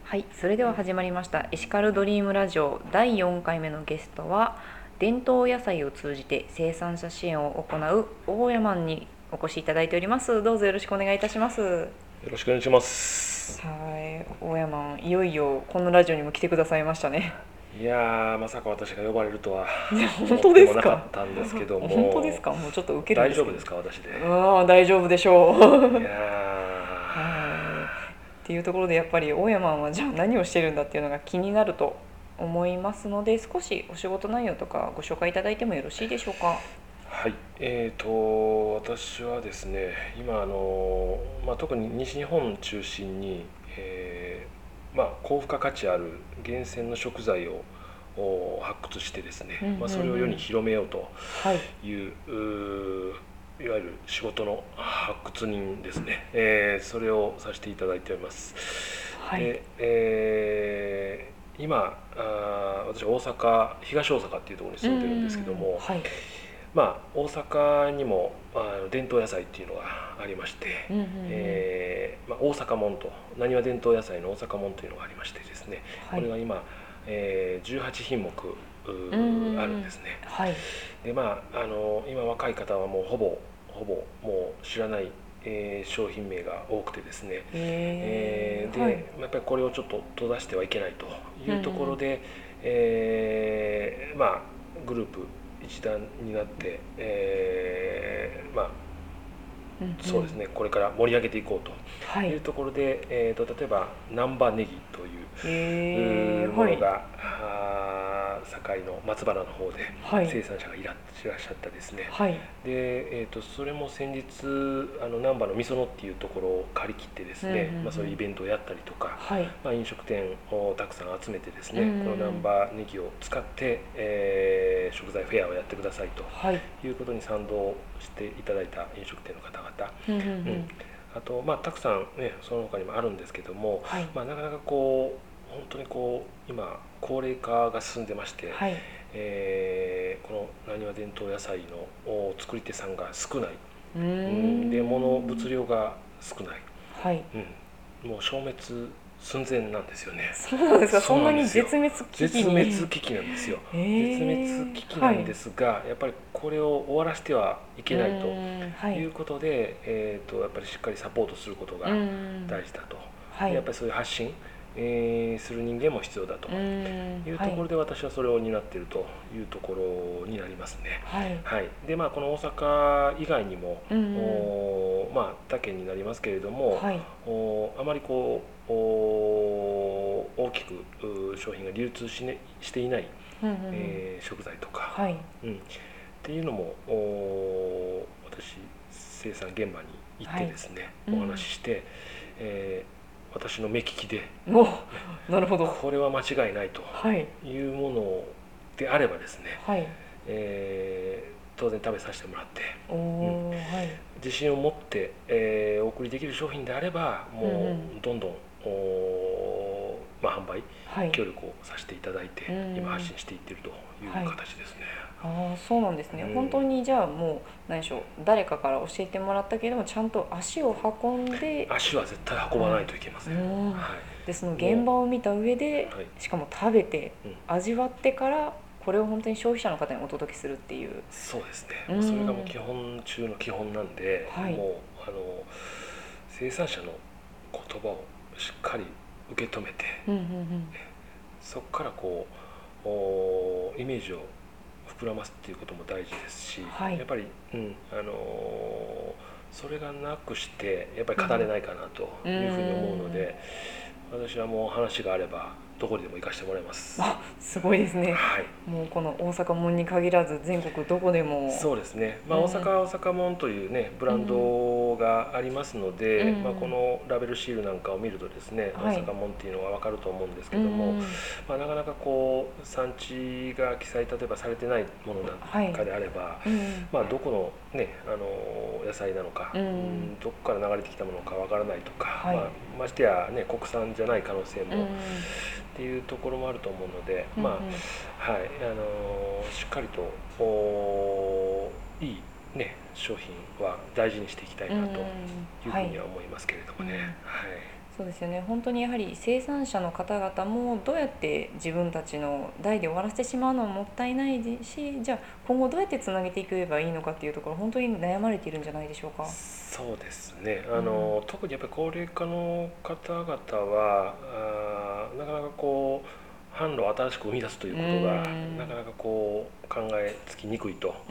はい、それでは始まりましたエシカルドリームラジオ第4回目のゲストは伝統野菜を通じて生産者支援を行う大山にお越しいただいております。どうぞよろしくお願いいたします。 よろしくお願いします。 はい、大山いよいよこのラジオにも来てくださいましたね。 いやー、まさか私が呼ばれるとはいや本思って当ですか。 もなかったんですけど本当ですも、 か。もうちょっと受けるんですけど。 大丈夫ですか、私で。 ああ、大丈夫でしょう。 いやはい。っていうところでやっぱり大山はじゃあ何をしてるんだっていうのが気になると思いますので、少しお仕事内容とかご紹介いただいてもよろしいでしょうか。 はい、私はですね、今特に西日本中心に、高付加価値ある厳選の食材を発掘してですね、 うんうんうん。 それを世に広めようとはい。 いういわゆる仕事の発掘人ですね、それをさせていただいております。 はい。 で、今私は東大阪っていうところにうんうん住んでるんですけどうん。 も、 はい。 大阪にも伝統野菜っていうのがありまして、 うんうんうん。 大阪門となにわ伝統野菜の大阪門というのがありましてですね、 はい。 これが今、18品目うんうんあうん。 るんですね。 はい。 で今若い方はもうほぼもう知らない、商品名が多くてですね、 はい。 でやっぱりこれをちょっと閉ざしてはいけないというとうんうんうん。 ころで、グループ一団になって、 うんうん。 そうですね、これから盛り上げていこうはい。 というところで、例えば難波ネギというもはい。 のが堺の松原の方ではい。 生産者がいらっしゃったですね。 はい。 で、それも先日難波のみそのっていうところを借り切ってですうんうんうね、そういうイん。 ベントをやったりとか、 はい。 飲食店をたくさん集めてですうんうんうね、この難ん。 波ネギを使って、食材フェアをやってくださいとはい。 いうことに賛同していただいた飲食店の方々、 うんうんううん、 ん。 あと、たくさんねその他にもあるんですけども、 はい。 なかなかこう本当にこう今高齢化が進んでまして、 はい。 このなにわ伝統野菜の作り手さんが少ない、 うーでん。 物量が少ない、 はい。 もう消滅寸前なんですよね。 そうなんですか。そそうんななんですよ。 に絶滅危機絶滅に。 危機なんですよ。絶滅危機なはい。 んですが、やっぱりこれを終わらせてはいうけないとーん。はい。 いうことで、やっぱりしっかりサポートすることうーがん。 大事だと。 はい。 でやっぱりそういう発信、する人間も必要だとうーん。 いうはい。 ところで私はそれを担っているというところになりますね。 はい。 はい。でこの大阪以外にもうんうん。 他県になりますけれども、 はい。 あまりこう大きく商品が流通していない、 うんうんうん。 食材とか、 はい。 っていうのも私生産現場に行っはい。 てですねお話うん。 しして、私の目利きでお、なるほど。 これは間違いないとはい。 いうものであればですね、 はい。 当然食べさせてもらって、 おうん、 お、はい。 自信を持って、お送りできる商品であればうんうもん。 うどんどん販売はい。 協力をさせていただいてうん今うん。 発信していっているというはい。 形ですね。 ああ、そうなんですね。本当にじゃあもう何でしょう。誰かから教えてもらったけれどもちゃんと足を運んで、 足は絶対運ばはないといけませい。 ん。 うん。 はでそのい、も現場を見た上で、 う、はい、 しかも食べてうん、 味わってからこれを本当に消費者の方にお届けするっていう。 そうですね。 うもうそれがもうん。 基本中の基本なんで、 はい。 もう生産者の言葉をしっかり受け止めて、 うんうんうん。 そこからこうイメージを膨らますっていうことも大事ですし、 はい。 やっぱり、それがなくしてやっぱりうん。 語れないかなとういうふうに思うのん。 で、私はもう話があればどこにでも行かせてもらいます。 あ、すごいですね。 はい。 もうこの大阪門に限らず全国どこでも。 そうですね、 うん。 大阪は大阪門というねブランうん。 ドがありますのうで、こん。 のラベルシールなんかを見るとですね大はい。 阪門っていうのが分かると思うんですうけども、 ん。 なかなかこう産地が記載例えばされてないものなんはい。 かであれば、 うん。 どこのね野菜なのか、 うん。 どこから流れてきたものか分からないとか、 はい。 ましてやね国産じゃない可能性うもん。 っていうところもあると思うので、 うんうん。 はい、しっかりといい、商品は大事にしていきたいうなとん。 いうはい。 ふうには思いますけれどもね。 うん。 はい。 そうですよね。本当にやはり生産者の方々もどうやって自分たちの代で終わらせてしまうのはもったいないし、じゃあ今後どうやってつなげていけばいいのかっていうところ本当に悩まれているんじゃないでしょうか。 そうですね。 うん、 特にやっぱり高齢化の方々はなかなかこう販路を新しく生み出すといううことがん、 なかなかこう考えつきにくいとうん、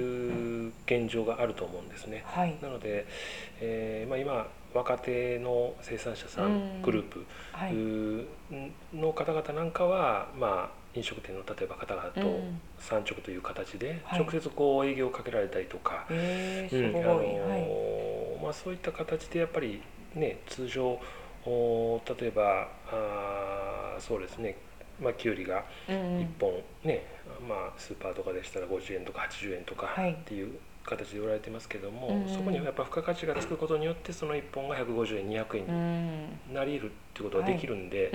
いう現状があると思うんですね。 はい、 なので、今若手の生産者さんうん、 グループはい、 の方々なんかは、飲食店の例えば方々とうん、 産直という形ではい。 直接こう営業をかけられたりとか、 すごい、はい、 そういった形でやっぱりね通常例えばそうですね、きゅうりがうん、う 1 ん、 本ね、スーパーとかでしたら50円とか80円とかはい、 っていう形で売られてますけどうん、 も、そこにはやっぱ付加価値がつくことによってその1本が150円200円うん、うん、 になり得るっていうことができはい、 るんで、 うん、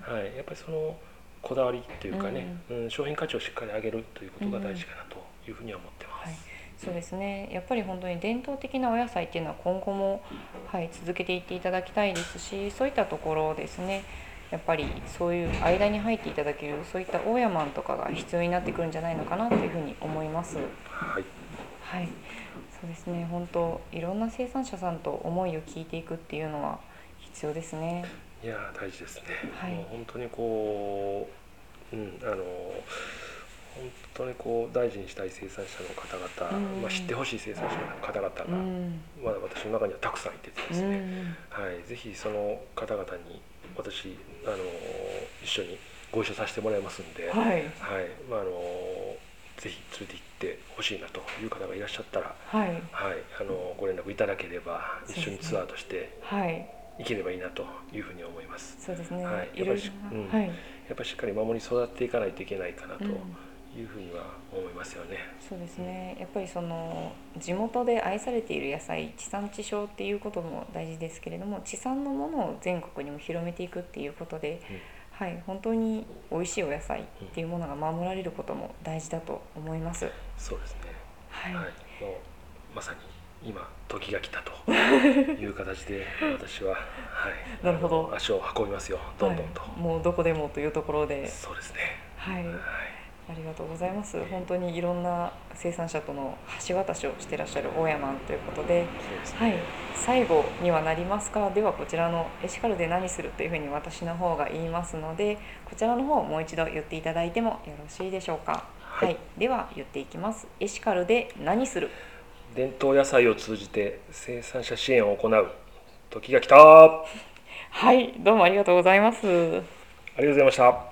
はい、やっぱりそのこだわりっていうかね、 うん、 商品価値をしっかり上げるというこうん、 とが大事かなというふうには思ってまはい、 す。 そうですね。やっぱり本当に伝統的なお野菜っていうのは今後も、はい、続けていっていただきたいですし、そういったところですね。やっぱりそういう間に入っていただけるそういった大家マンとかが必要になってくるんじゃないのかなというふうに思います。 はい、 はい、そうですね。本当いろんな生産者さんと思いを聞いていくっていうのは必要ですね。 いや大事ですね。 はい。 もう本当にこう、本当にこう大事にしたい生産者の方う 々、知ってん、 ほしい生産者の方々が、 うん、 まだ私の中にはたくさんいてでうすね、 ん、 はい、ぜひその方々に私一緒にご一緒させてもらいますんで、はい、 はい、 ぜひ連れて行ってほしいなという方がいらっしゃったら、 はい、 はい、ご連絡いただければ一緒にツアーそうですね。 としてはい。 行ければいいなというふうに思います。 そうですはい、 ね。いろいろな、はい。 やっぱりしっかり守り育っていかないといけないかなとうん。 いうふうには思いますよね。 そうですね。やっぱりその地元で愛されている野菜、地産地消っていうことも大事ですけれども、地産のものを全国にも広めていくっていうことで、 うん、 はい、本当に美味しいお野菜っていうものが守られることも大事だと思います。 そうですね。 はい。 はい、もうまさに今時が来たという形で私は、はい、 なるほど。 足を運びますよ。どはい。 んどんと。 もうどこでもというところで、 そうですね。 はい。 はありがとうございます。 い。 本当にいろんな生産者との橋渡しをしていらっしゃる大山ということで、 そうですね。 はい、最後にはなりますが、ではこちらのエシカルで何するというふうに私の方が言いますので、こちらの方をもう一度言っていただいてもよろしいでしょうか。 はい。 はい、では言っていきます。エシカルで何する。 伝統野菜を通じて生産者支援を行う時が来た。あはい、どうもありがとうございます。 りがとうございました。